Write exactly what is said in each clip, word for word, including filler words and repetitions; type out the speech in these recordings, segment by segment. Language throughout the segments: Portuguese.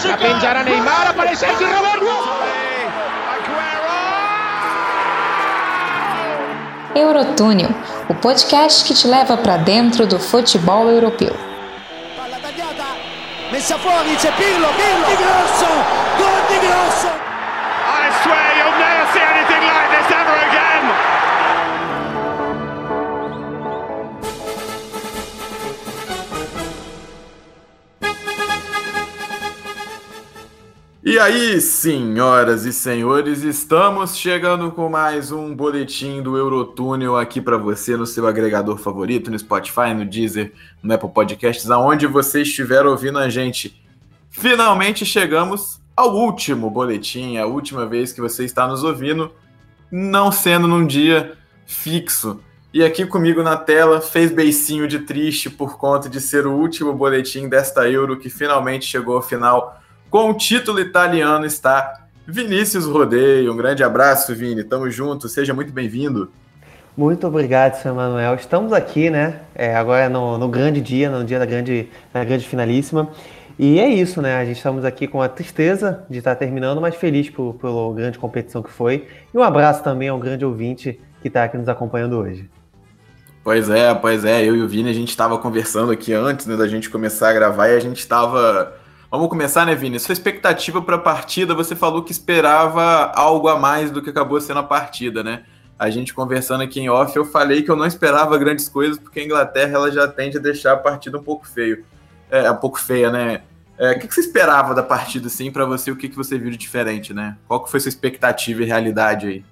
La pingerà Neymar, aparece aqui Roberto! Eurotúnel, o podcast que te leva para dentro do futebol europeu. Palla tagliata, messa fuori, c'è Pirlo, Pirlo, Di Grosso, gol di Grosso! I swear you'll never see anything like this ever again! E aí, senhoras e senhores, estamos chegando com mais um boletim do Eurotúnel aqui para você no seu agregador favorito, no Spotify, no Deezer, no Apple Podcasts, aonde você estiver ouvindo a gente. Finalmente chegamos ao último boletim, a última vez que você está nos ouvindo, não sendo num dia fixo. E aqui comigo na tela, fez beicinho de triste por conta de ser o último boletim desta Euro que finalmente chegou ao final. Com o título italiano está Vinícius Rodeio. Um grande abraço, Vini. Tamo junto. Seja muito bem-vindo. Muito obrigado, senhor Manuel. Estamos aqui, né? É, agora no, no grande dia, no dia da grande, da grande finalíssima. E é isso, né? A gente estamos aqui com a tristeza de estar terminando, mas feliz por, pela grande competição que foi. E um abraço também ao grande ouvinte que está aqui nos acompanhando hoje. Pois é, pois é. Eu e o Vini, a gente estava conversando aqui antes, né, da gente começar a gravar e a gente estava... Vamos começar, né, Vini? Sua expectativa para a partida, você falou que esperava algo a mais do que acabou sendo a partida, né? A gente conversando aqui em off, eu falei que eu não esperava grandes coisas, porque a Inglaterra ela já tende a deixar a partida um pouco feio. É, um pouco feia, né? É, o que você esperava da partida, assim, para você? O que você viu de diferente, né? Qual que foi sua expectativa e realidade aí?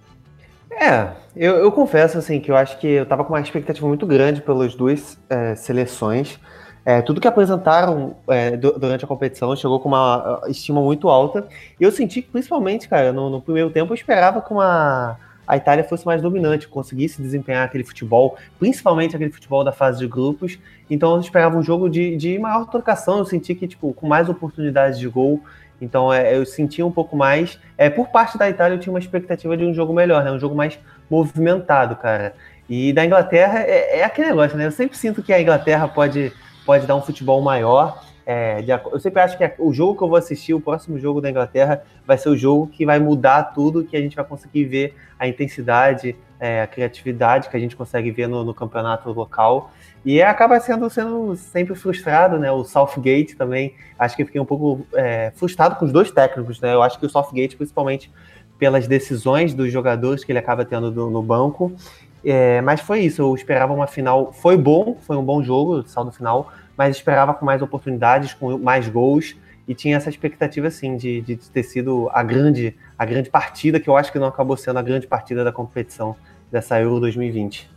É, eu, eu confesso, assim, que eu acho que eu tava com uma expectativa muito grande pelas duas é, seleções. É, tudo que apresentaram é, durante a competição chegou com uma estima muito alta. E eu senti que, principalmente, cara, no, no primeiro tempo eu esperava que uma, a Itália fosse mais dominante, conseguisse desempenhar aquele futebol, principalmente aquele futebol da fase de grupos. Então eu esperava um jogo de, de maior trocação. Eu senti que, tipo, com mais oportunidades de gol. Então é, eu senti um pouco mais... É, por parte da Itália eu tinha uma expectativa de um jogo melhor, né? Um jogo mais movimentado, cara. E da Inglaterra é, é aquele negócio, né? Eu sempre sinto que a Inglaterra pode... pode dar um futebol maior. É, de, eu sempre acho que o jogo que eu vou assistir, o próximo jogo da Inglaterra, vai ser o jogo que vai mudar tudo, que a gente vai conseguir ver a intensidade, é, a criatividade que a gente consegue ver no, no campeonato local. E acaba sendo, sendo sempre frustrado, né? O Southgate também, acho que eu fiquei um pouco é, frustrado com os dois técnicos, né? Eu acho que o Southgate, principalmente pelas decisões dos jogadores que ele acaba tendo do, no banco. É, mas foi isso, eu esperava uma final, foi bom, foi um bom jogo, o saldo final, mas esperava com mais oportunidades, com mais gols, e tinha essa expectativa, assim, de, de ter sido a grande, a grande partida, que eu acho que não acabou sendo a grande partida da competição dessa Euro dois mil e vinte.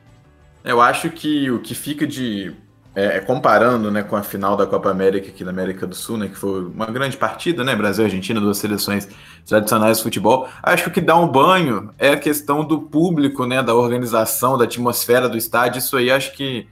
Eu acho que o que fica de... É, comparando, né, com a final da Copa América aqui na América do Sul, né, que foi uma grande partida, né, Brasil e Argentina, duas seleções tradicionais de futebol, acho que o que dá um banho é a questão do público, né, da organização, da atmosfera do estádio. Isso aí acho que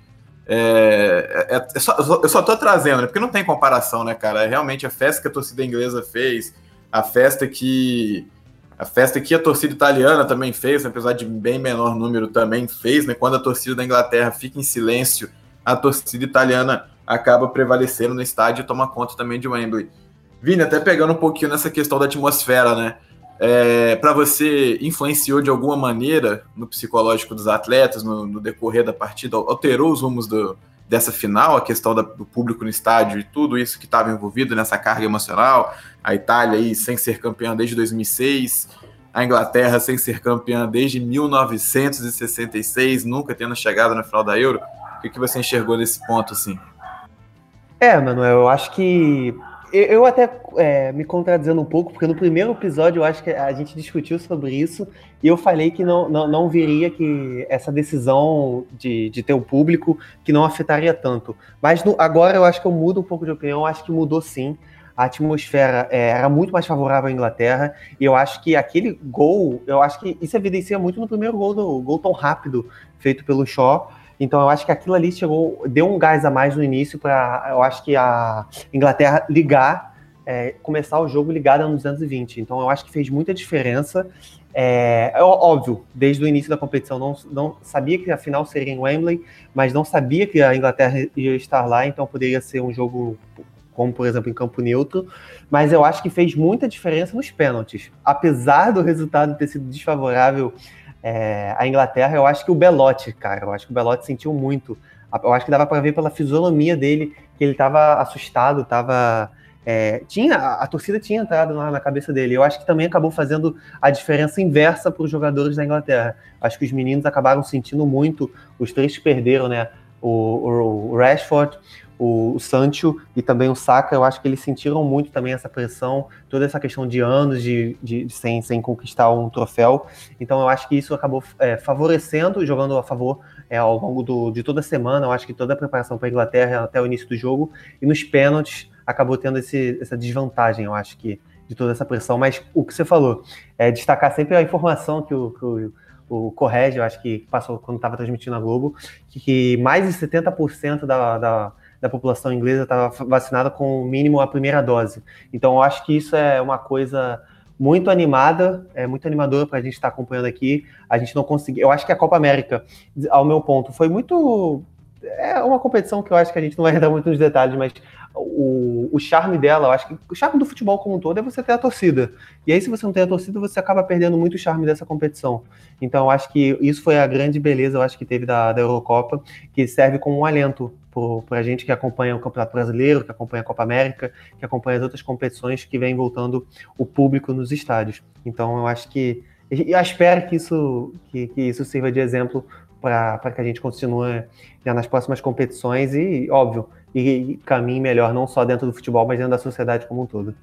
é, é, é só, eu só tô trazendo, né, porque não tem comparação, né, cara, é realmente a festa que a torcida inglesa fez, a festa que a festa que a torcida italiana também fez, apesar de bem menor número também fez, né, quando a torcida da Inglaterra fica em silêncio, a torcida italiana acaba prevalecendo no estádio e toma conta também de Wembley. Vini, até pegando um pouquinho nessa questão da atmosfera, né? É, para você, influenciou de alguma maneira no psicológico dos atletas, no, no decorrer da partida, alterou os rumos do, dessa final, a questão da, do público no estádio e tudo isso que estava envolvido nessa carga emocional, a Itália aí sem ser campeã desde dois mil e seis, a Inglaterra sem ser campeã desde mil novecentos e sessenta e seis, nunca tendo chegado na final da Euro. O que você enxergou nesse ponto, assim? É, Manuel, eu acho que... Eu até é, me contradizendo um pouco, porque no primeiro episódio eu acho que a gente discutiu sobre isso e eu falei que não, não, não viria que essa decisão de, de ter o público que não afetaria tanto. Mas no, agora eu acho que eu mudo um pouco de opinião, eu acho que mudou sim. A atmosfera é, era muito mais favorável à Inglaterra e eu acho que aquele gol, eu acho que isso evidencia muito no primeiro gol, do gol tão rápido feito pelo Shaw. Então eu acho que aquilo ali chegou, deu um gás a mais no início para, eu acho que a Inglaterra ligar, é, começar o jogo ligada no duzentos e vinte. Então eu acho que fez muita diferença. É, é óbvio, desde o início da competição não, não sabia que a final seria em Wembley, mas não sabia que a Inglaterra ia estar lá, então poderia ser um jogo como por exemplo em campo neutro, mas eu acho que fez muita diferença nos pênaltis. Apesar do resultado ter sido desfavorável é, à Inglaterra, eu acho que o Belotti, cara, eu acho que o Belotti sentiu muito. Eu acho que dava para ver pela fisionomia dele que ele estava assustado, estava... É, tinha, a, a torcida tinha entrado na, na cabeça dele. Eu acho que também acabou fazendo a diferença inversa para os jogadores da Inglaterra. Acho que os meninos acabaram sentindo muito, os três que perderam, né? O, o, o Rashford, o, o Sancho e também o Saka. Eu acho que eles sentiram muito também essa pressão, toda essa questão de anos de, de, de sem, sem conquistar um troféu. Então eu acho que isso acabou é, favorecendo, jogando a favor é, ao longo do, de toda a semana. Eu acho que toda a preparação para a Inglaterra até o início do jogo, e nos pênaltis acabou tendo esse, essa desvantagem, eu acho que, de toda essa pressão. Mas o que você falou, é destacar sempre a informação que o, que o, o Correge, eu acho que passou quando estava transmitindo a Globo, que, que mais de setenta por cento da, da, da população inglesa estava vacinada com o mínimo a primeira dose. Então eu acho que isso é uma coisa muito animada, é muito animadora para a gente estar tá acompanhando aqui. A gente não conseguiu... Eu acho que a Copa América, ao meu ponto, foi muito... É uma competição que eu acho que a gente não vai entrar muito nos detalhes, mas o, o charme dela, eu acho que o charme do futebol como um todo é você ter a torcida. E aí, se você não tem a torcida, você acaba perdendo muito o charme dessa competição. Então, eu acho que isso foi a grande beleza, eu acho que teve da, da Eurocopa, que serve como um alento para a gente que acompanha o Campeonato Brasileiro, que acompanha a Copa América, que acompanha as outras competições que vem voltando o público nos estádios. Então, eu acho que... Eu espero que isso, que, que isso sirva de exemplo para que a gente continue já nas próximas competições e, óbvio, e, e caminhe melhor, não só dentro do futebol, mas dentro da sociedade como um todo.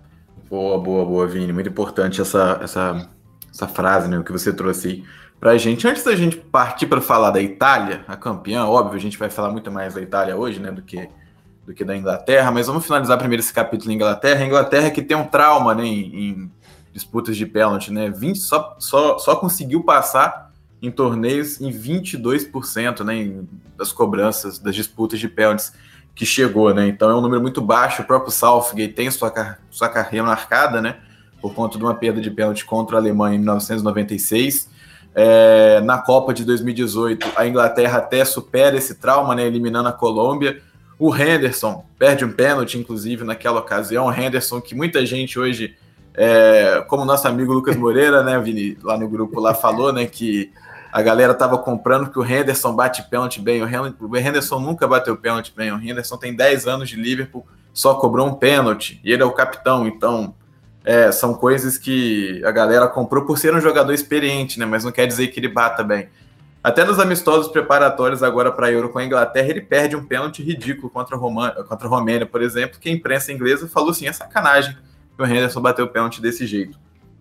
Boa, boa, boa, Vini. Muito importante essa, essa, essa frase, né, o que você trouxe aí pra gente. Antes da gente partir para falar da Itália, a campeã, óbvio, a gente vai falar muito mais da Itália hoje, né, do que, do que da Inglaterra, mas vamos finalizar primeiro esse capítulo em Inglaterra. A Inglaterra que tem um trauma, né, em, em disputas de pênalti, né, vinte, só, só, só conseguiu passar em torneios em vinte e dois por cento, né, em, das cobranças, das disputas de pênaltis que chegou, né, então é um número muito baixo. O próprio Southgate tem sua, sua carreira marcada, né, por conta de uma perda de pênalti contra a Alemanha em mil novecentos e noventa e seis. É, na Copa de dois mil e dezoito, a Inglaterra até supera esse trauma, né, eliminando a Colômbia. O Henderson perde um pênalti, inclusive, naquela ocasião. O Henderson, que muita gente hoje, é, como nosso amigo Lucas Moreira, né, Vini, lá no grupo, lá falou, né, que a galera estava comprando que o Henderson bate pênalti bem. O Henderson nunca bateu pênalti bem. O Henderson tem dez anos de Liverpool, só cobrou um pênalti, e ele é o capitão. Então, é, são coisas que a galera comprou por ser um jogador experiente, né, mas não quer dizer que ele bata bem. Até nos amistosos preparatórios agora para a Euro com a Inglaterra, ele perde um pênalti ridículo contra a, Roma, contra a Romênia, por exemplo, que a imprensa inglesa falou assim, é sacanagem que o Henderson bateu pênalti desse jeito.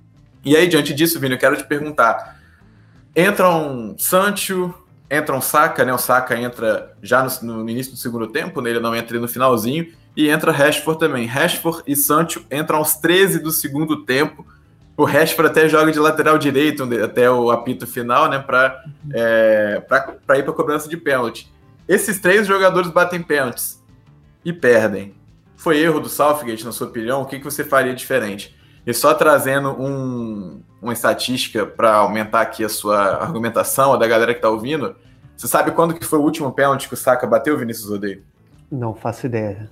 E aí, diante disso, Vini, eu quero te perguntar, entra um Sancho, entra um Saka, né? O Saka entra já no, no início do segundo tempo, né? Ele não entra no finalzinho, e entra Rashford também. Rashford e Sancho entram aos treze do segundo tempo. O Rashford até joga de lateral direito até o apito final, né? Para é, para ir para a cobrança de pênalti. Esses três jogadores batem pênaltis e perdem. Foi erro do Southgate, na sua opinião? O que, que você faria diferente? E só trazendo um, uma estatística para aumentar aqui a sua argumentação, a da galera que está ouvindo, você sabe quando que foi o último pênalti que o Saka bateu, Vinícius Odeio? Não faço ideia.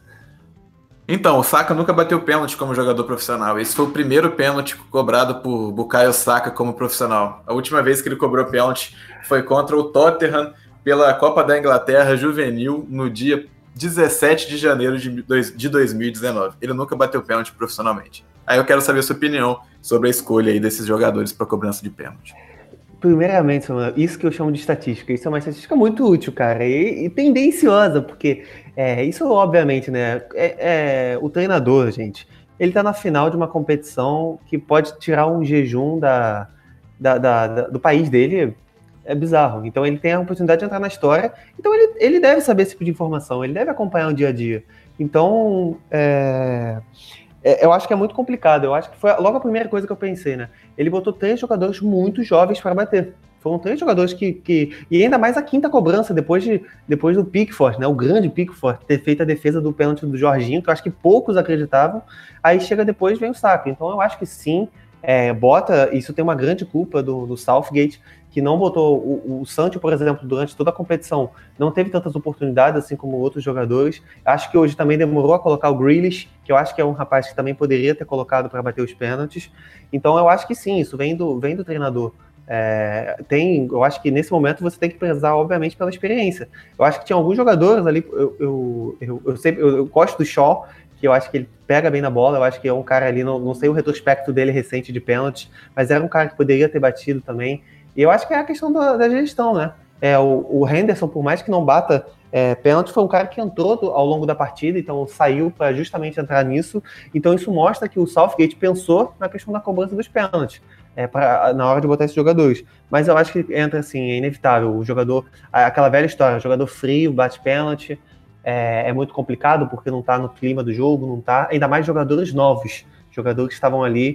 Então, o Saka nunca bateu pênalti como jogador profissional. Esse foi o primeiro pênalti cobrado por Bukayo Saka como profissional. A última vez que ele cobrou pênalti foi contra o Tottenham pela Copa da Inglaterra Juvenil no dia dezessete de janeiro de dois mil e dezenove. Ele nunca bateu pênalti profissionalmente. Aí eu quero saber a sua opinião sobre a escolha aí desses jogadores para cobrança de pênalti. Primeiramente, isso que eu chamo de estatística. Isso é uma estatística muito útil, cara, e, e tendenciosa, porque é, isso, obviamente, né, é, é, o treinador, gente, ele tá na final de uma competição que pode tirar um jejum da, da, da, da, do país dele, é bizarro. Então ele tem a oportunidade de entrar na história, então ele, ele deve saber esse tipo de informação, ele deve acompanhar o dia a dia. Então, é... eu acho que é muito complicado. Eu acho que foi logo a primeira coisa que eu pensei, né? Ele botou três jogadores muito jovens para bater. Foram três jogadores que, que... E ainda mais a quinta cobrança, depois, de, depois do Pickford, né? O grande Pickford, ter feito a defesa do pênalti do Jorginho, que eu acho que poucos acreditavam. Aí chega depois, vem o Saka. Então eu acho que sim, é, bota... Isso tem uma grande culpa do, do Southgate, que não botou o, o Sancho, por exemplo, durante toda a competição, não teve tantas oportunidades assim como outros jogadores. Acho que hoje também demorou a colocar o Grealish, que eu acho que é um rapaz que também poderia ter colocado para bater os pênaltis. Então eu acho que sim, isso vem do, vem do treinador. É, tem, eu acho que nesse momento você tem que prezar, obviamente, pela experiência. Eu acho que tinha alguns jogadores ali, eu, eu, eu, eu, sempre, eu, eu gosto do Shaw, que eu acho que ele pega bem na bola, eu acho que é um cara ali, não, não sei o retrospecto dele recente de pênalti, mas era um cara que poderia ter batido também. E eu acho que é a questão da, da gestão, né? É, o, o Henderson, por mais que não bata é, pênalti, foi um cara que entrou do, ao longo da partida, então saiu para justamente entrar nisso. Então isso mostra que o Southgate pensou na questão da cobrança dos pênaltis, é, pra, na hora de botar esses jogadores. Mas eu acho que entra assim, é inevitável. O jogador, aquela velha história, o jogador frio, bate pênalti, é, é muito complicado porque não tá no clima do jogo, não tá, ainda mais jogadores novos, jogadores que estavam ali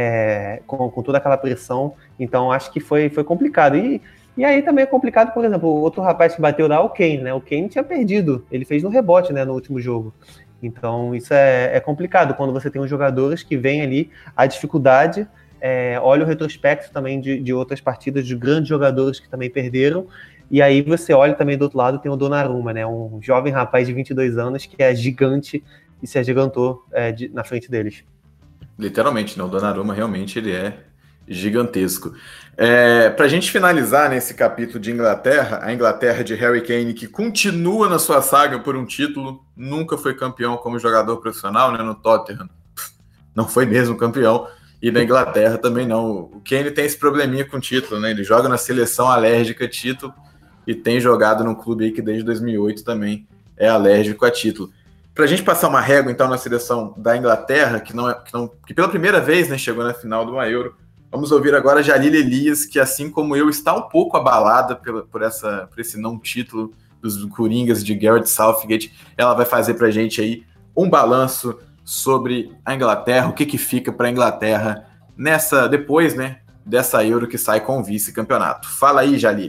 É, com, com toda aquela pressão, então acho que foi, foi complicado. E, e aí também é complicado, por exemplo, o outro rapaz que bateu lá, o Kane, né? O Kane tinha perdido, ele fez no rebote, né, no último jogo. Então isso é, é complicado quando você tem os jogadores que vêm ali, a dificuldade, é, olha o retrospecto também de, de outras partidas, de grandes jogadores que também perderam, e aí você olha também do outro lado, tem o Donnarumma, né? Um jovem rapaz de vinte e dois anos que é gigante e se agigantou é, de, na frente deles. Literalmente, né? O Donnarumma realmente ele é gigantesco. É, para a gente finalizar nesse capítulo de Inglaterra, a Inglaterra de Harry Kane, que continua na sua saga por um título, nunca foi campeão como jogador profissional, né? No Tottenham não foi mesmo campeão, e na Inglaterra também não. O Kane tem esse probleminha com título, né? Ele joga na seleção alérgica a título e tem jogado num clube aí que desde dois mil e oito também é alérgico a título. Para a gente passar uma régua, então, na seleção da Inglaterra, que, não é, que, não, que pela primeira vez, né, chegou na final do Euro, vamos ouvir agora a Jalila Elias, que, assim como eu, está um pouco abalada pela, por, essa, por esse não título dos Coringas de Gareth Southgate. Ela vai fazer para a gente aí um balanço sobre a Inglaterra, o que, que fica para a Inglaterra nessa, depois, né, dessa Euro que sai com o vice-campeonato. Fala aí, Jalila.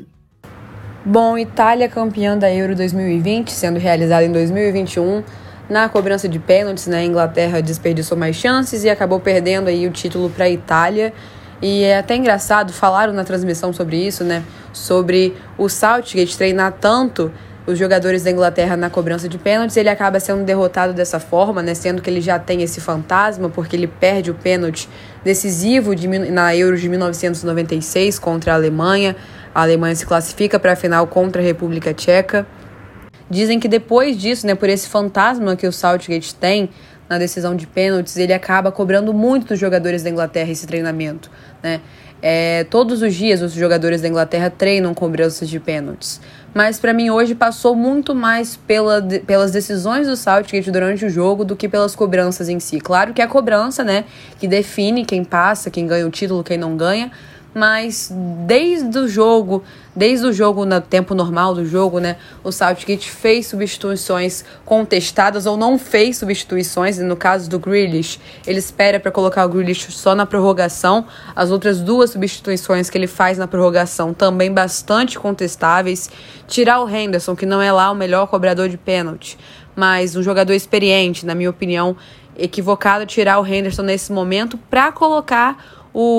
Bom, Itália campeã da Euro dois mil e vinte, sendo realizada em dois mil e vinte e um. Na cobrança de pênaltis, né, a Inglaterra desperdiçou mais chances e acabou perdendo aí o título para a Itália. E é até engraçado, falaram na transmissão sobre isso, né, sobre o Southgate treinar tanto os jogadores da Inglaterra na cobrança de pênaltis, ele acaba sendo derrotado dessa forma, né, sendo que ele já tem esse fantasma, porque ele perde o pênalti decisivo de, na Euro de mil novecentos e noventa e seis contra a Alemanha. A Alemanha se classifica para a final contra a República Tcheca. Dizem que depois disso, né, por esse fantasma que o Southgate tem na decisão de pênaltis, ele acaba cobrando muito dos jogadores da Inglaterra esse treinamento, né? É, todos os dias os jogadores da Inglaterra treinam cobranças de pênaltis. Mas para mim hoje passou muito mais pela, pelas decisões do Southgate durante o jogo do que pelas cobranças em si. Claro que é a cobrança, né, que define quem passa, quem ganha o título, quem não ganha. Mas desde o jogo, desde o jogo no tempo normal do jogo, né, o Southgate fez substituições contestadas ou não fez substituições. No caso do Grealish, ele espera para colocar o Grealish só na prorrogação. As outras duas substituições que ele faz na prorrogação também bastante contestáveis. Tirar o Henderson, que não é lá o melhor cobrador de pênalti, mas um jogador experiente, na minha opinião, equivocado tirar o Henderson nesse momento para colocar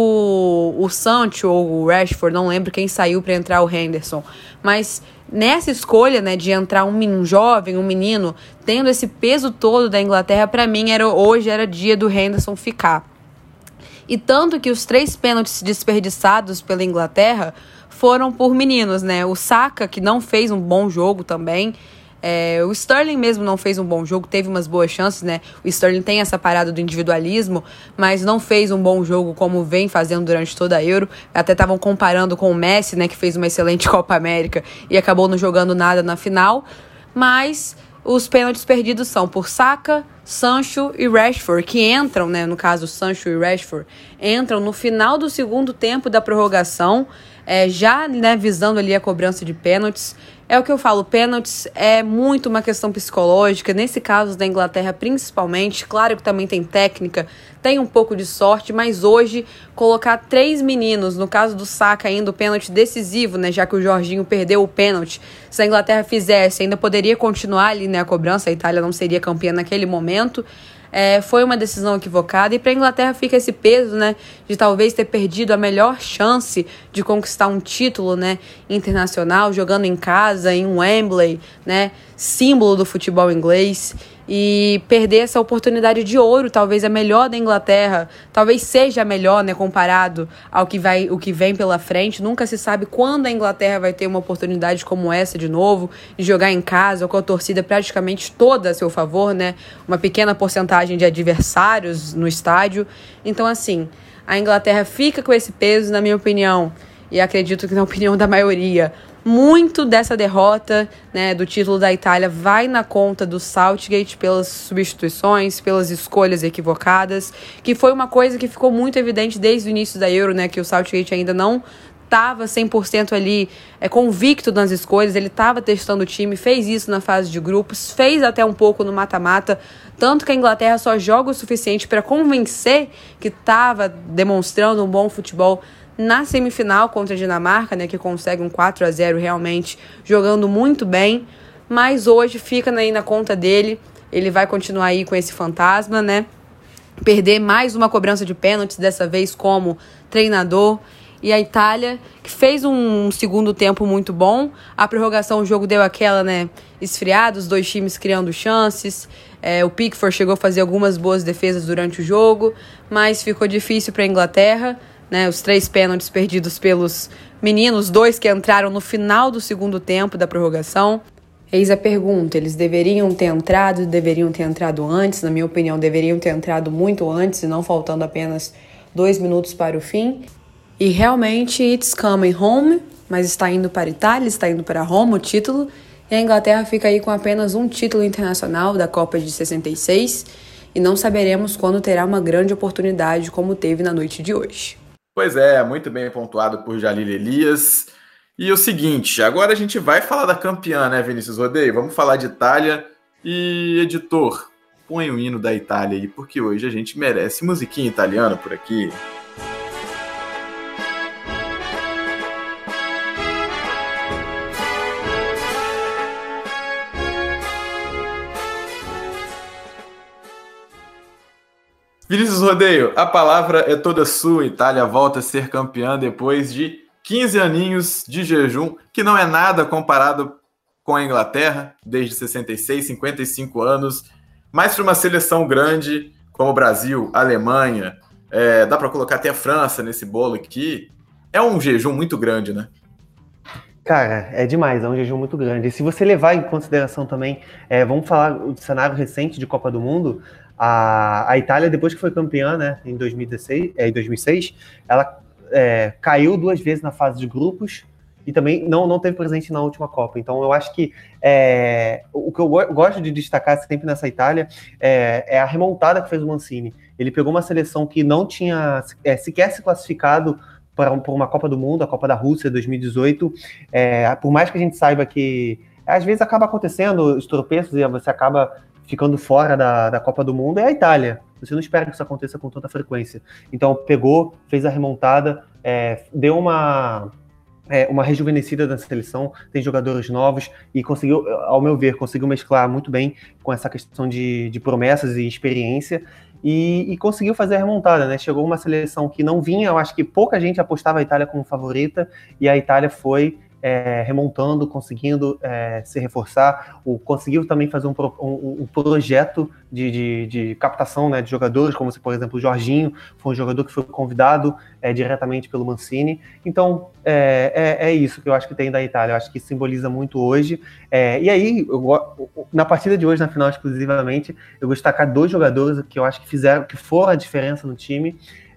o, o Sancho ou o Rashford, não lembro quem saiu para entrar o Henderson, mas nessa escolha, né, de entrar um, um jovem, um menino, tendo esse peso todo da Inglaterra, para mim era, hoje era dia do Henderson ficar. E tanto que os três pênaltis desperdiçados pela Inglaterra foram por meninos, né? O Saka, que não fez um bom jogo também. É, o Sterling mesmo não fez um bom jogo, teve umas boas chances, né? O Sterling tem essa parada do individualismo, mas não fez um bom jogo como vem fazendo durante toda a Euro. Até estavam comparando com o Messi, né, que fez uma excelente Copa América e acabou não jogando nada na final. Mas os pênaltis perdidos são por Saka, Sancho e Rashford, que entram, né, no caso Sancho e Rashford, entram no final do segundo tempo da prorrogação, é, já, né, visando ali a cobrança de pênaltis. É o que eu falo, pênaltis é muito uma questão psicológica, nesse caso da Inglaterra principalmente. Claro que também tem técnica, tem um pouco de sorte, mas hoje colocar três meninos, no caso do Saka ainda o pênalti decisivo, né, já que o Jorginho perdeu o pênalti, se a Inglaterra fizesse, ainda poderia continuar ali, né, a cobrança, a Itália não seria campeã naquele momento. É, foi uma decisão equivocada e para a Inglaterra fica esse peso, né, de talvez ter perdido a melhor chance de conquistar um título, né, internacional, jogando em casa, em Wembley, né, símbolo do futebol inglês, e perder essa oportunidade de ouro, talvez a melhor da Inglaterra, talvez seja a melhor, né, comparado ao que, vai, o que vem pela frente. Nunca se sabe quando a Inglaterra vai ter uma oportunidade como essa de novo, de jogar em casa, com a torcida praticamente toda a seu favor, né, uma pequena porcentagem de adversários no estádio. Então, assim, a Inglaterra fica com esse peso, na minha opinião, e acredito que na opinião da maioria. Muito dessa derrota, né, do título da Itália vai na conta do Southgate pelas substituições, pelas escolhas equivocadas, que foi uma coisa que ficou muito evidente desde o início da Euro, né, que o Southgate ainda não estava cem por cento ali é, convicto nas escolhas, ele estava testando o time, fez isso na fase de grupos, fez até um pouco no mata-mata, tanto que a Inglaterra só joga o suficiente para convencer que estava demonstrando um bom futebol na semifinal contra a Dinamarca, né, que consegue um quatro a zero realmente, jogando muito bem, mas hoje fica aí na conta dele, ele vai continuar aí com esse fantasma, né, perder mais uma cobrança de pênaltis, dessa vez como treinador, e a Itália, que fez um segundo tempo muito bom, a prorrogação, o jogo deu aquela, né, esfriada, os dois times criando chances, é, o Pickford chegou a fazer algumas boas defesas durante o jogo, mas ficou difícil para a Inglaterra, né, os três pênaltis perdidos pelos meninos, dois que entraram no final do segundo tempo da prorrogação. Eis a pergunta, eles deveriam ter entrado, deveriam ter entrado antes, na minha opinião, deveriam ter entrado muito antes e não faltando apenas dois minutos para o fim. E realmente, it's coming home, mas está indo para a Itália, está indo para Roma o título, e a Inglaterra fica aí com apenas um título internacional da Copa de sessenta e seis, e não saberemos quando terá uma grande oportunidade como teve na noite de hoje. Pois é, muito bem pontuado por Jalil Elias. E o seguinte, agora a gente vai falar da campeã, né, Vinícius Rodeio? Vamos falar de Itália. E, editor, põe o hino da Itália aí, porque hoje a gente merece musiquinha italiana por aqui. Vinícius Rodeio, a palavra é toda sua. Itália volta a ser campeã depois de quinze aninhos de jejum, que não é nada comparado com a Inglaterra, desde sessenta e seis, cinquenta e cinco anos, mas para uma seleção grande como o Brasil, a Alemanha, é, dá para colocar até a França nesse bolo aqui, é um jejum muito grande, né? Cara, é demais, é um jejum muito grande. E se você levar em consideração também, é, vamos falar do cenário recente de Copa do Mundo, a, a Itália, depois que foi campeã, né, em dois mil e dezesseis, é, em dois mil e seis, ela é, caiu duas vezes na fase de grupos e também não, não teve presente na última Copa. Então eu acho que é, o que eu gosto de destacar sempre nessa Itália é, é a remontada que fez o Mancini. Ele pegou uma seleção que não tinha é, sequer se classificado para uma Copa do Mundo, a Copa da Rússia dois mil e dezoito, é, por mais que a gente saiba que às vezes acaba acontecendo os tropeços e você acaba ficando fora da, da Copa do Mundo, é a Itália. Você não espera que isso aconteça com tanta frequência. Então pegou, fez a remontada, é, deu uma, é, uma rejuvenescida na seleção, tem jogadores novos e conseguiu, ao meu ver, conseguiu mesclar muito bem com essa questão de, de promessas e experiência. E, e conseguiu fazer a remontada, né? Chegou uma seleção que não vinha, eu acho que pouca gente apostava a Itália como favorita, e a Itália foi é, remontando, conseguindo é, se reforçar, o, conseguiu também fazer um, um, um projeto de, de, de captação, né, de jogadores, como por exemplo o Jorginho, foi um jogador que foi convidado é, diretamente pelo Mancini. Então é, é, é isso que eu acho que tem da Itália, eu acho que simboliza muito hoje. É, e aí, eu, na partida de hoje, na final exclusivamente, eu vou destacar dois jogadores que eu acho que fizeram, que foram a diferença no time,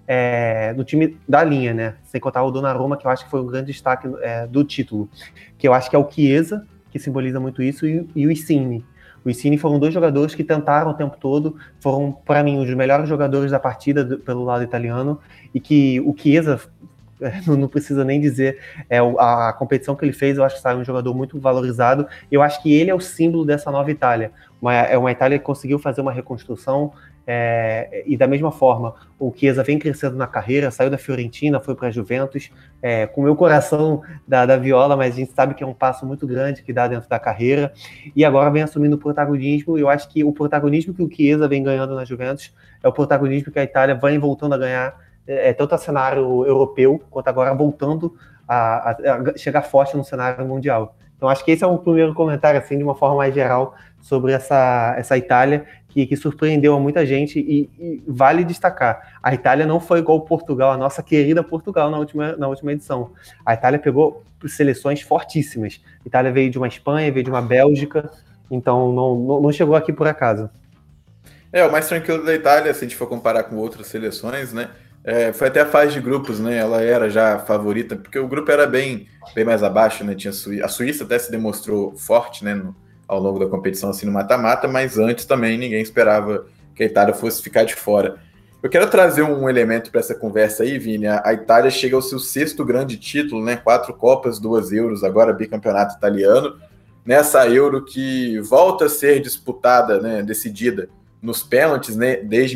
É, no time da linha, né? Sem contar o Donnarumma, que eu acho que foi um grande destaque é, do título, que eu acho que é o Chiesa, que simboliza muito isso, e, e o Insigne. O Insigne foram dois jogadores que tentaram o tempo todo, foram, para mim, os melhores jogadores da partida do, pelo lado italiano, e que o Chiesa, não, não precisa nem dizer, é, a, a competição que ele fez, eu acho que saiu um jogador muito valorizado, eu acho que ele é o símbolo dessa nova Itália. Uma, é uma Itália que conseguiu fazer uma reconstrução, É, e da mesma forma, o Chiesa vem crescendo na carreira, saiu da Fiorentina, foi para a Juventus, é, com o meu coração da, da Viola, mas a gente sabe que é um passo muito grande que dá dentro da carreira, e agora vem assumindo o protagonismo, e eu acho que o protagonismo que o Chiesa vem ganhando na Juventus é o protagonismo que a Itália vem voltando a ganhar, é, tanto a cenário europeu, quanto agora voltando a, a, a chegar forte no cenário mundial. Então acho que esse é um primeiro comentário, assim, de uma forma mais geral, sobre essa, essa Itália, que, que surpreendeu a muita gente, e, e vale destacar, a Itália não foi igual Portugal, a nossa querida Portugal na última, na última edição. A Itália pegou seleções fortíssimas. A Itália veio de uma Espanha, veio de uma Bélgica, então não, não, não chegou aqui por acaso. É, o mais tranquilo da Itália, se a gente for comparar com outras seleções, né, é, foi até a fase de grupos, né, ela era já favorita, porque o grupo era bem, bem mais abaixo, né, tinha a, Suí- a Suíça até se demonstrou forte, né, no, ao longo da competição, assim, no mata-mata, mas antes também ninguém esperava que a Itália fosse ficar de fora. Eu quero trazer um elemento para essa conversa aí, Vini. A, a Itália chega ao seu sexto grande título, né? Quatro Copas, duas Euros, agora bicampeonato italiano. Nessa Euro que volta a ser disputada, né, decidida nos pênaltis, né? Desde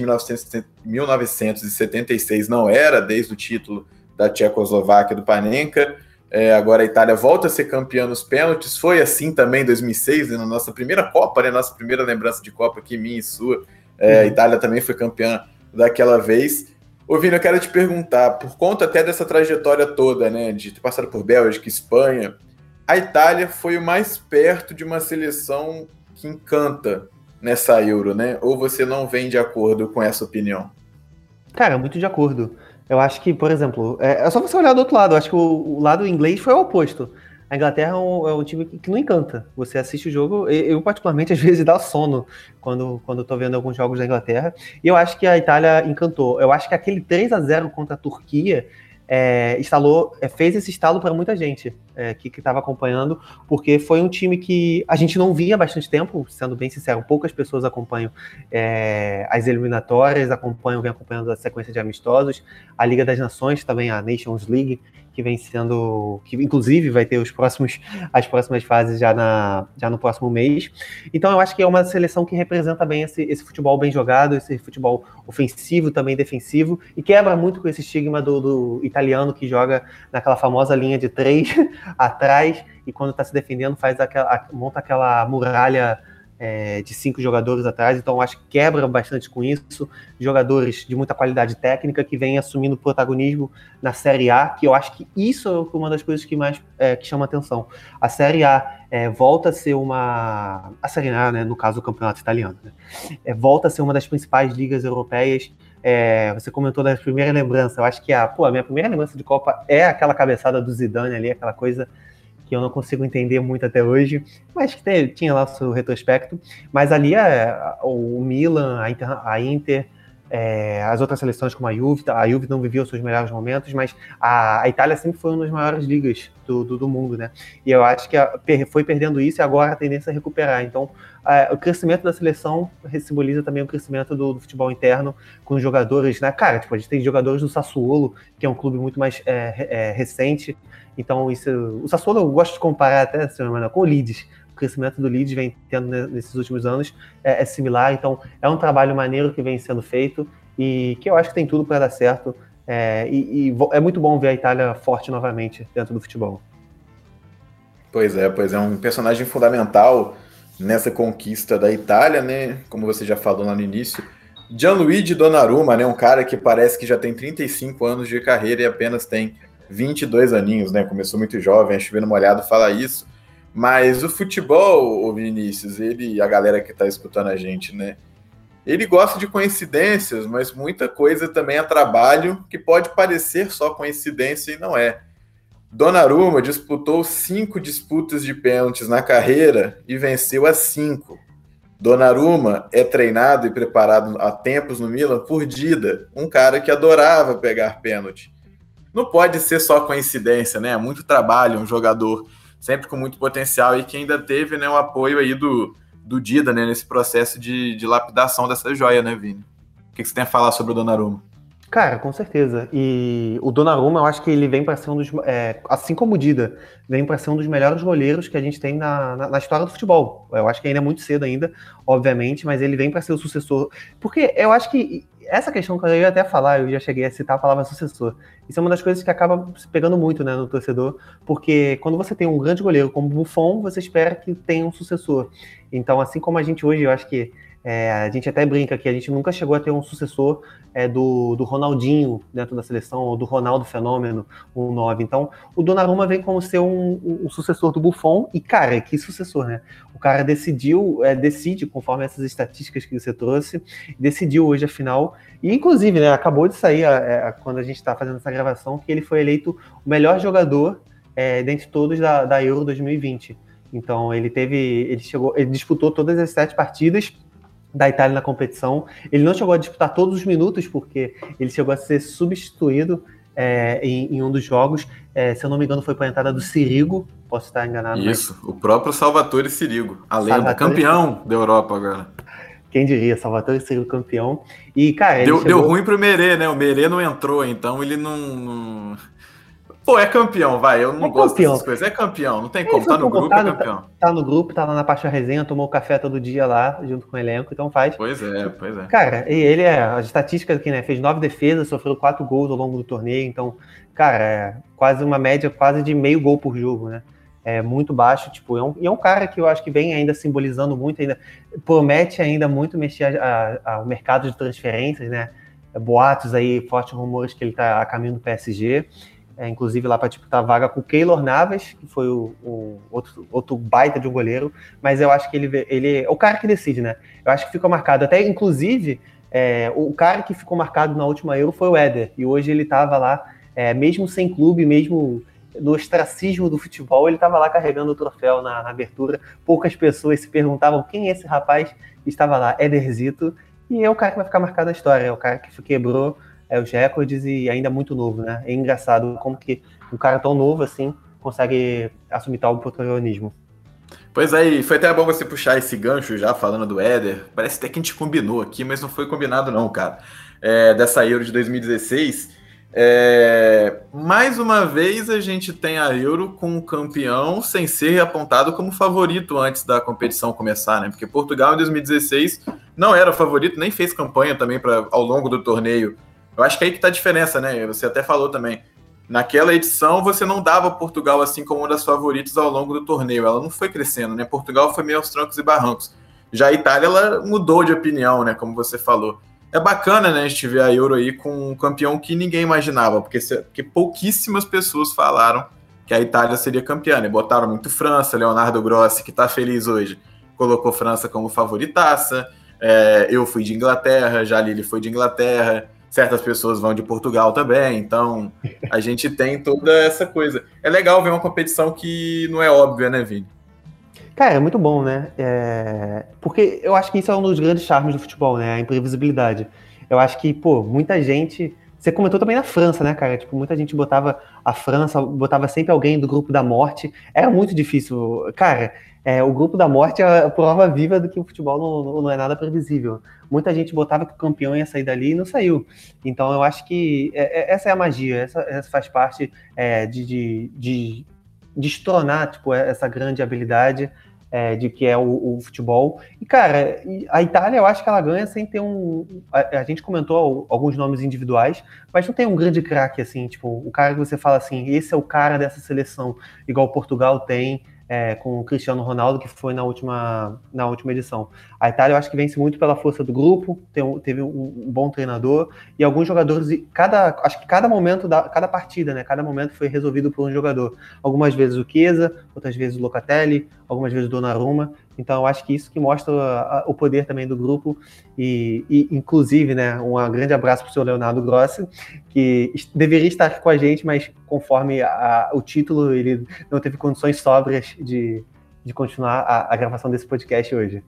mil novecentos e setenta e seis não era, desde o título da Tchecoslováquia do Panenka. É, agora a Itália volta a ser campeã nos pênaltis, foi assim também em dois mil e seis, né, na nossa primeira Copa, né, nossa primeira lembrança de Copa aqui, minha e sua, é, uhum. A Itália também foi campeã daquela vez. Ô Vini, eu quero te perguntar, por conta até dessa trajetória toda, né, de ter passado por Bélgica, Espanha, a Itália foi o mais perto de uma seleção que encanta nessa Euro, né, ou você não vem de acordo com essa opinião? Cara, muito de acordo. Eu acho que, por exemplo, é, é só você olhar do outro lado. Eu acho que o, o lado inglês foi o oposto. A Inglaterra é um, é um time que, que não encanta. Você assiste o jogo, eu, eu particularmente, às vezes dá sono quando, quando eu tô vendo alguns jogos da Inglaterra. E eu acho que a Itália encantou. Eu acho que aquele três a zero contra a Turquia é, instalou, é, fez esse estalo para muita gente é, que estava acompanhando, porque foi um time que a gente não via há bastante tempo, sendo bem sincero, poucas pessoas acompanham é, as eliminatórias, acompanham, vem acompanhando a sequência de amistosos, a Liga das Nações também, a Nations League, que vem sendo, que inclusive vai ter os próximos, as próximas fases já, na, já no próximo mês. Então eu acho que é uma seleção que representa bem esse, esse futebol bem jogado, esse futebol ofensivo, também defensivo, e quebra muito com esse estigma do, do italiano que joga naquela famosa linha de três atrás, e quando está se defendendo faz aquela, monta aquela muralha É, de cinco jogadores atrás, então acho que quebra bastante com isso, jogadores de muita qualidade técnica que vêm assumindo protagonismo na Série A, que eu acho que isso é uma das coisas que mais é, que chama atenção. A Série A é, volta a ser uma... A Série A, né, no caso do campeonato italiano, né, é, volta a ser uma das principais ligas europeias. É, você comentou da primeira lembrança, eu acho que a, pô, a minha primeira lembrança de Copa é aquela cabeçada do Zidane ali, aquela coisa que eu não consigo entender muito até hoje, mas que tem, tinha lá o seu retrospecto. Mas ali é, o Milan, a Inter, a Inter é, as outras seleções como a Juve, a Juve não vivia os seus melhores momentos, mas a, a Itália sempre foi uma das maiores ligas do, do, do mundo, né? E eu acho que a, foi perdendo isso e agora a tendência é recuperar. Então, a, o crescimento da seleção simboliza também o crescimento do, do futebol interno, com jogadores, né? Cara, tipo, a gente tem jogadores do Sassuolo, que é um clube muito mais é, é, recente. Então, isso, o Sassuolo eu gosto de comparar até, senhor Manuel, com o Leeds. O crescimento do Leeds vem tendo nesses últimos anos é, é similar. Então, é um trabalho maneiro que vem sendo feito e que eu acho que tem tudo para dar certo. É, e, e é muito bom ver a Itália forte novamente dentro do futebol. Pois é, pois é um personagem fundamental nessa conquista da Itália, né? Como você já falou lá no início. Gianluigi Donnarumma, né? Um cara que parece que já tem trinta e cinco anos de carreira e apenas tem vinte e dois aninhos, né? Começou muito jovem, chovendo molhado falar isso. Mas o futebol, o Vinícius, ele, a galera que tá escutando a gente, né? Ele gosta de coincidências, mas muita coisa também é trabalho que pode parecer só coincidência e não é. Donnarumma disputou cinco disputas de pênaltis na carreira e venceu as cinco. Donnarumma é treinado e preparado há tempos no Milan por Dida, um cara que adorava pegar pênalti. Não pode ser só coincidência, né? É muito trabalho, um jogador sempre com muito potencial e que ainda teve, né, o apoio aí do, do Dida, né, nesse processo de, de lapidação dessa joia, né, Vini? O que você tem a falar sobre o Donnarumma? Cara, com certeza. E o Donnarumma, eu acho que ele vem para ser um dos, é, assim como o Dida, vem para ser um dos melhores goleiros que a gente tem na, na, na história do futebol. Eu acho que ainda é muito cedo ainda, obviamente, mas ele vem para ser o sucessor. Porque eu acho que essa questão que eu ia até falar, eu já cheguei a citar a palavra sucessor. Isso é uma das coisas que acaba se pegando muito, né, no torcedor, porque quando você tem um grande goleiro como o Buffon, você espera que tenha um sucessor. Então, assim como a gente hoje, eu acho que É, a gente até brinca que a gente nunca chegou a ter um sucessor é, do, do Ronaldinho dentro da seleção, ou do Ronaldo Fenômeno, um nove. Então, o Donnarumma vem como ser um, um, um sucessor do Buffon, e, cara, que sucessor, né? O cara decidiu, é, decide, conforme essas estatísticas que você trouxe, decidiu hoje a final, e, inclusive, né, acabou de sair, é, quando a gente está fazendo essa gravação, que ele foi eleito o melhor jogador é, dentre todos da, da Euro dois mil e vinte. Então, ele teve, ele chegou, ele disputou todas as sete partidas da Itália na competição. Ele não chegou a disputar todos os minutos, porque ele chegou a ser substituído é, em, em um dos jogos. É, se eu não me engano, foi para a entrada do Sirigu, posso estar enganado. Isso, mas... o próprio Salvatore Sirigu, a lenda, Salvatore... campeão da Europa agora. Quem diria, Salvatore Sirigu campeão. E, cara, deu, chegou... deu ruim pro Merê, né? O Merê não entrou, então ele não... não... Pô, é campeão, vai, eu não é gosto campeão. dessas coisas, é campeão, não tem como, tá no grupo, é campeão. Tá, tá no grupo, tá lá na Paixão Resenha, tomou café todo dia lá, junto com o elenco, então faz. Pois é, pois é. Cara, e ele é, as estatísticas aqui, né, fez nove defesas, sofreu quatro gols ao longo do torneio, então, cara, é quase uma média quase de meio gol por jogo, né, é muito baixo, tipo, é um, e é um cara que eu acho que vem ainda simbolizando muito, ainda promete ainda muito mexer a, a, a, o mercado de transferências, né, boatos aí, fortes rumores que ele tá a caminho do P S G, É, inclusive lá para disputar a vaga com o Keylor Navas, que foi o, o outro, outro baita de um goleiro, mas eu acho que ele, ele é o cara que decide, né? Eu acho que ficou marcado, até inclusive, é, o cara que ficou marcado na última Euro foi o Éder, e hoje ele estava lá, é, mesmo sem clube, mesmo no ostracismo do futebol, ele estava lá carregando o troféu na, na abertura, poucas pessoas se perguntavam quem é esse rapaz que estava lá, Éderzito, e é o cara que vai ficar marcado na história, é o cara que quebrou É, os recordes e ainda muito novo, né? É engraçado como que um cara tão novo assim consegue assumir tal protagonismo. Pois é, foi até bom você puxar esse gancho já, falando do Éder. Parece até que a gente combinou aqui, mas não foi combinado não, cara. É, dessa Euro de dois mil e dezesseis. É, mais uma vez a gente tem a Euro com o campeão sem ser apontado como favorito antes da competição começar, né? Porque Portugal em dois mil e dezesseis não era favorito, nem fez campanha também pra, ao longo do torneio. Eu acho que aí que tá a diferença, né? Você até falou também. Naquela edição, você não dava Portugal assim como uma das favoritas ao longo do torneio. Ela não foi crescendo, né? Portugal foi meio aos trancos e barrancos. Já a Itália, ela mudou de opinião, né? Como você falou. É bacana, né? A gente ver a Euro aí com um campeão que ninguém imaginava, porque, porque pouquíssimas pessoas falaram que a Itália seria campeã, né? Botaram muito França, Leonardo Grossi, que tá feliz hoje, colocou França como favoritaça. É, eu fui de Inglaterra, Jalili foi de Inglaterra. Certas pessoas vão de Portugal também, então a gente tem toda essa coisa. É legal ver uma competição que não é óbvia, né, Vini? Cara, é muito bom, né? É... Porque eu acho que isso é um dos grandes charmes do futebol, né? A imprevisibilidade. Eu acho que, pô, muita gente... Você comentou também na França, né, cara? Tipo, muita gente botava a França, botava sempre alguém do grupo da morte. Era muito difícil. Cara, é, o grupo da morte é a prova viva do que o futebol não, não é nada previsível. Muita gente botava que o campeão ia sair dali e não saiu. Então, eu acho que é, é, essa é a magia. Essa, essa faz parte é, de, de, de destronar, tipo, essa grande habilidade É, de que é o, o futebol. E, cara, a Itália, eu acho que ela ganha sem ter um... A, a gente comentou alguns nomes individuais, mas não tem um grande craque, assim, tipo, o cara que você fala assim, esse é o cara dessa seleção, igual Portugal tem, é, com o Cristiano Ronaldo, que foi na última, na última edição. A Itália, eu acho que vence muito pela força do grupo, tem um, teve um, um bom treinador, e alguns jogadores, cada, acho que cada momento, da, cada partida, né, cada momento foi resolvido por um jogador. Algumas vezes o Chiesa, outras vezes o Locatelli, algumas vezes o Donnarumma. Então, eu acho que isso que mostra a, a, o poder também do grupo e, e inclusive, né, um grande abraço para o senhor Leonardo Grossi, que deveria estar aqui com a gente, mas conforme a, o título, ele não teve condições sóbrias de, de continuar a, a gravação desse podcast hoje.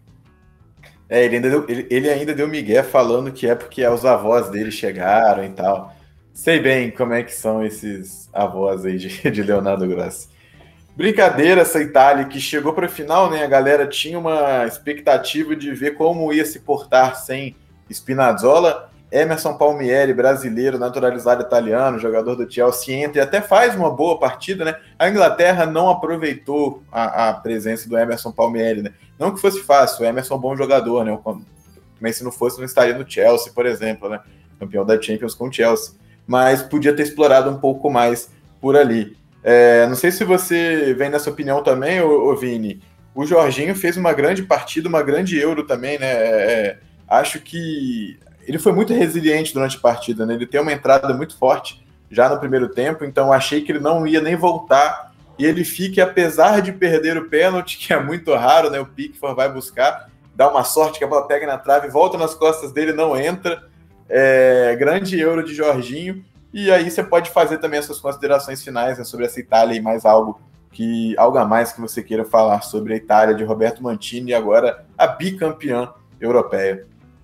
É, ele ainda, deu, ele, ele ainda deu migué falando que é porque os avós dele chegaram e tal. Sei bem como é que são esses avós aí de, de Leonardo Grossi. Brincadeira essa Itália que chegou para a final, né? A galera tinha uma expectativa de ver como ia se portar sem Spinazzola. Emerson Palmieri, brasileiro, naturalizado italiano, jogador do Chelsea, entra e até faz uma boa partida, né? A Inglaterra não aproveitou a, a presença do Emerson Palmieri, né? Não que fosse fácil, o Emerson é um bom jogador, né? Mas se não fosse, não estaria no Chelsea, por exemplo, né? Campeão da Champions com o Chelsea. Mas podia ter explorado um pouco mais por ali. É, não sei se você vem nessa opinião também, ô, ô Vini. O Jorginho fez uma grande partida, uma grande Euro também, né? É, acho que ele foi muito resiliente durante a partida, né? Ele tem uma entrada muito forte já no primeiro tempo, então achei que ele não ia nem voltar, e ele fica, apesar de perder o pênalti, que é muito raro, né? O Pickford vai buscar, dá uma sorte que a bola pega na trave, volta nas costas dele, não entra. É, grande Euro de Jorginho, e aí você pode fazer também as suas considerações finais, né, sobre essa Itália e mais algo, que, algo a mais que você queira falar sobre a Itália de Roberto Mancini e agora a bicampeã europeia.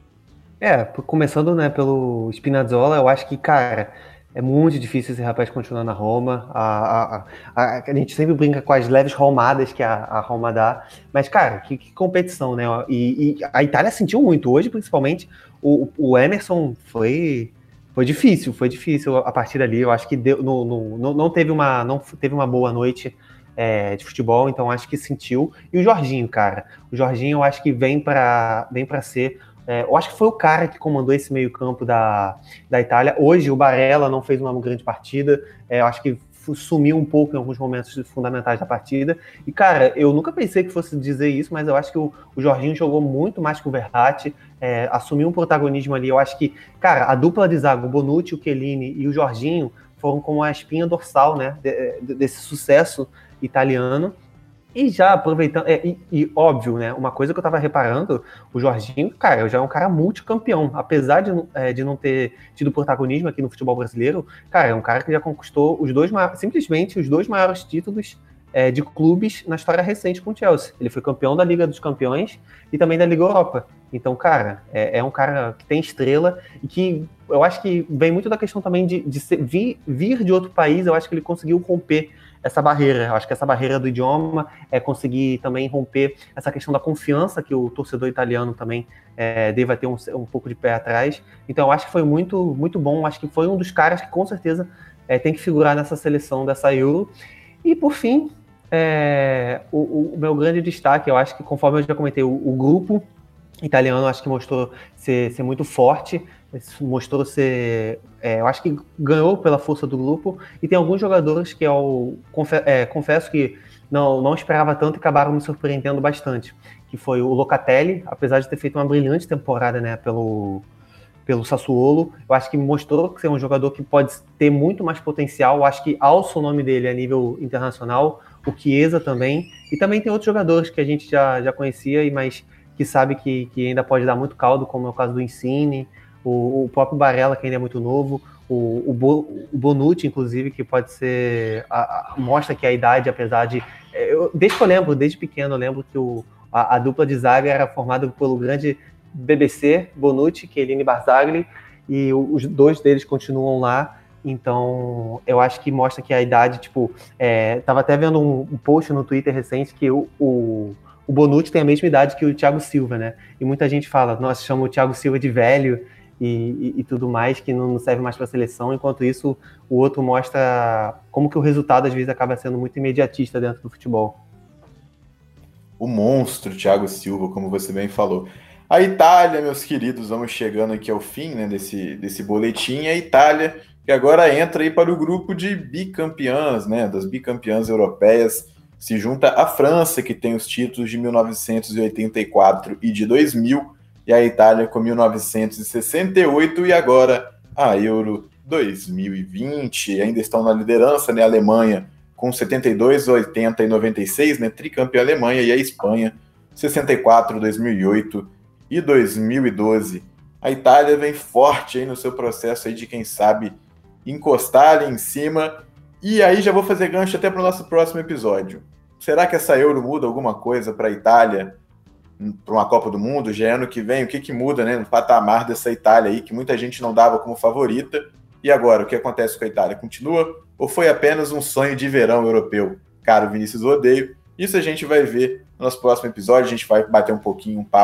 É, começando, né, pelo Spinazzola, eu acho que, cara, é muito difícil esse rapaz continuar na Roma. A, a, a, a gente sempre brinca com as leves romadas que a, a Roma dá, mas, cara, que, que competição, né? E, e a Itália sentiu muito. Hoje, principalmente, o, o Emerson foi, foi difícil, foi difícil a partir dali. Eu acho que deu, no, no, no, não, teve uma, não teve uma boa noite é, de futebol, então acho que sentiu. E o Jorginho, cara, o Jorginho eu acho que vem para vem para ser... É, eu acho que foi o cara que comandou esse meio-campo da, da Itália. Hoje o Barella não fez uma grande partida, é, eu acho que sumiu um pouco em alguns momentos fundamentais da partida. E, cara, eu nunca pensei que fosse dizer isso, mas eu acho que o, o Jorginho jogou muito mais que o Verratti, é, assumiu um protagonismo ali. Eu acho que, cara, a dupla de zaga, o Bonucci, o Chiellini e o Jorginho foram como a espinha dorsal, né, de, de, desse sucesso italiano. E já aproveitando, é, e, e óbvio, né, uma coisa que eu tava reparando, o Jorginho, cara, já é um cara multicampeão, apesar de, é, de não ter tido protagonismo aqui no futebol brasileiro, cara, é um cara que já conquistou os dois, simplesmente os dois maiores títulos é, de clubes na história recente com o Chelsea. Ele foi campeão da Liga dos Campeões e também da Liga Europa. Então, cara, é, é um cara que tem estrela e que eu acho que vem muito da questão também de, de ser, vir, vir de outro país. Eu acho que ele conseguiu romper essa barreira. Eu acho que essa barreira do idioma é conseguir também romper essa questão da confiança que o torcedor italiano também é, deva ter um, um pouco de pé atrás. Então, eu acho que foi muito, muito bom. Eu acho que foi um dos caras que, com certeza, é, tem que figurar nessa seleção dessa Euro. E, por fim, é, o, o meu grande destaque, eu acho que, conforme eu já comentei, o, o grupo italiano, acho que mostrou ser, ser muito forte, mostrou ser... É, eu acho que ganhou pela força do grupo, e tem alguns jogadores que eu confe, é, confesso que não, não esperava tanto e acabaram me surpreendendo bastante, que foi o Locatelli, apesar de ter feito uma brilhante temporada, né, pelo, pelo Sassuolo, eu acho que mostrou que é um jogador que pode ter muito mais potencial. Eu acho que alça o nome dele a nível internacional, o Chiesa também, e também tem outros jogadores que a gente já, já conhecia, mas que sabe que, que ainda pode dar muito caldo, como é o caso do Insigne, o, o próprio Barella, que ainda é muito novo, o, o, Bo, o Bonucci, inclusive, que pode ser... A, a, mostra que a idade, apesar de... Eu, desde que eu lembro, desde pequeno, eu lembro que o, a, a dupla de zaga era formada pelo grande B B C, Bonucci, Chiellini e Barzagli, e os dois deles continuam lá. Então, eu acho que mostra que a idade, tipo... É, tava até vendo um, um post no Twitter recente que o... o O Bonucci tem a mesma idade que o Thiago Silva, né? E muita gente fala, nossa, chama o Thiago Silva de velho e, e, e tudo mais, que não serve mais para a seleção. Enquanto isso, o outro mostra como que o resultado, às vezes, acaba sendo muito imediatista dentro do futebol. O monstro Thiago Silva, como você bem falou. A Itália, meus queridos, vamos chegando aqui ao fim, né, desse, desse boletim. A Itália, que agora entra aí para o grupo de bicampeãs, né, das bicampeãs europeias. Se junta a França, que tem os títulos de mil novecentos e oitenta e quatro e de dois mil, e a Itália com mil novecentos e sessenta e oito, e agora a Euro dois mil e vinte. Ainda estão na liderança, né? A Alemanha com setenta e dois, oitenta e noventa e seis, né? Tricampeã Alemanha, e a Espanha sessenta e quatro, dois mil e oito e dois mil e doze. A Itália vem forte aí no seu processo aí de, quem sabe, encostar ali em cima. E aí já vou fazer gancho até para o nosso próximo episódio. Será que essa Euro muda alguma coisa para a Itália, para uma Copa do Mundo? Já é ano que vem, o que, que muda, né, no patamar dessa Itália aí, que muita gente não dava como favorita? E agora, o que acontece com a Itália? Continua ou foi apenas um sonho de verão europeu? Caro Vinícius Odeio, isso a gente vai ver no nosso próximo episódio. A gente vai bater um pouquinho, um papo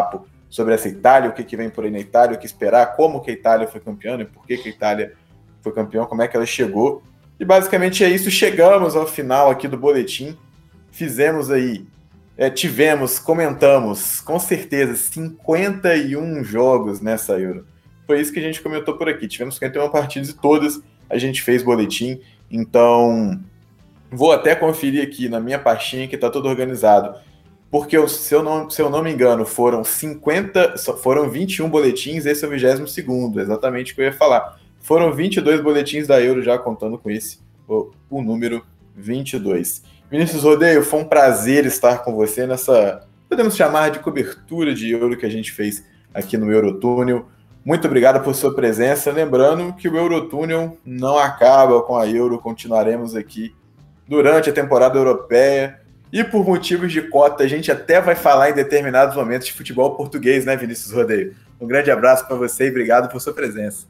sobre essa Itália, o que, que vem por aí na Itália, o que esperar, como que a Itália foi campeã, e por que, que a Itália foi campeã, como é que ela chegou. E basicamente é isso, chegamos ao final aqui do boletim, fizemos aí, é, tivemos, comentamos, com certeza, cinquenta e um jogos nessa Euro. Foi isso que a gente comentou por aqui, tivemos cinquenta e uma partidas e todas a gente fez boletim, então vou até conferir aqui na minha pastinha que está tudo organizado, porque eu, se, eu não, se eu não me engano, foram cinquenta, foram vinte e um boletins, esse é o vigésimo segundo, exatamente o que eu ia falar. Foram vinte e dois boletins da Euro, já contando com esse, o, o número vinte e dois. Vinícius Rodeio, foi um prazer estar com você nessa, podemos chamar de cobertura de Euro que a gente fez aqui no Eurotúnel. Muito obrigado por sua presença. Lembrando que o Eurotúnel não acaba com a Euro, continuaremos aqui durante a temporada europeia. E por motivos de cota, a gente até vai falar em determinados momentos de futebol português, né, Vinícius Rodeio? Um grande abraço para você e obrigado por sua presença.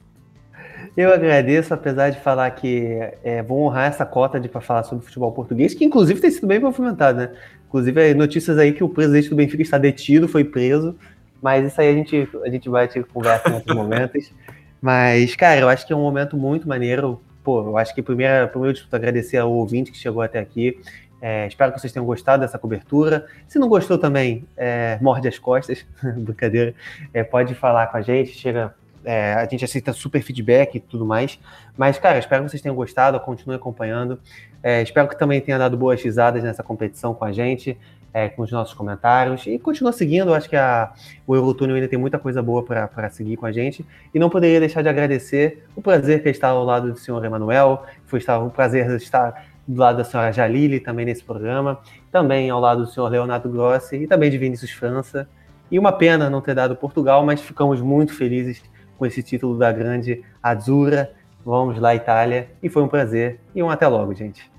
Eu agradeço, apesar de falar que é, vou honrar essa cota de para falar sobre futebol português, que inclusive tem sido bem movimentado, né? Inclusive, notícias aí que o presidente do Benfica está detido, foi preso, mas isso aí a gente, a gente vai ter conversa em outros momentos. Mas, cara, eu acho que é um momento muito maneiro. Pô, eu acho que primeiro, primeiro de tudo, agradecer ao ouvinte que chegou até aqui. É, espero que vocês tenham gostado dessa cobertura. Se não gostou também, é, morde as costas, brincadeira. É, pode falar com a gente, chega, é, a gente aceita super feedback e tudo mais. Mas, cara, espero que vocês tenham gostado, continue acompanhando. É, espero que também tenha dado boas risadas nessa competição com a gente, é, com os nossos comentários. E continua seguindo, eu acho que a, o Eurotúnel ainda tem muita coisa boa para seguir com a gente. E não poderia deixar de agradecer o prazer que é estar ao lado do senhor Emanuel, foi estar, o prazer de estar do lado da senhora Jalili, também nesse programa, também ao lado do senhor Leonardo Grossi e também de Vinícius França. E uma pena não ter dado Portugal, mas ficamos muito felizes com esse título da grande Azzurra. Vamos lá, Itália. E foi um prazer. E um até logo, gente.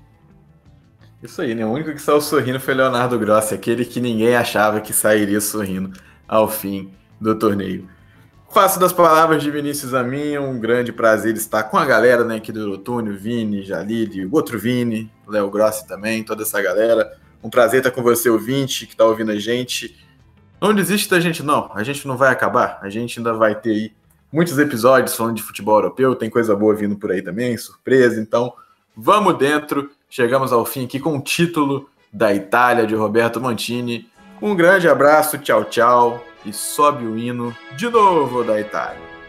Isso aí, né? O único que saiu sorrindo foi Leonardo Grossi, aquele que ninguém achava que sairia sorrindo ao fim do torneio. Faço das palavras de Vinícius a mim, um grande prazer estar com a galera, né, aqui do Eurotúnel, Vini, Jalili, o outro Vini, Léo Grossi também, toda essa galera. Um prazer estar com você, ouvinte, que está ouvindo a gente. Não desiste da gente, não. A gente não vai acabar. A gente ainda vai ter aí muitos episódios falando de futebol europeu. Tem coisa boa vindo por aí também, surpresa. Então, vamos dentro. Chegamos ao fim aqui com o título da Itália, de Roberto Mantini. Um grande abraço, tchau, tchau. E sobe o hino de novo da Itália.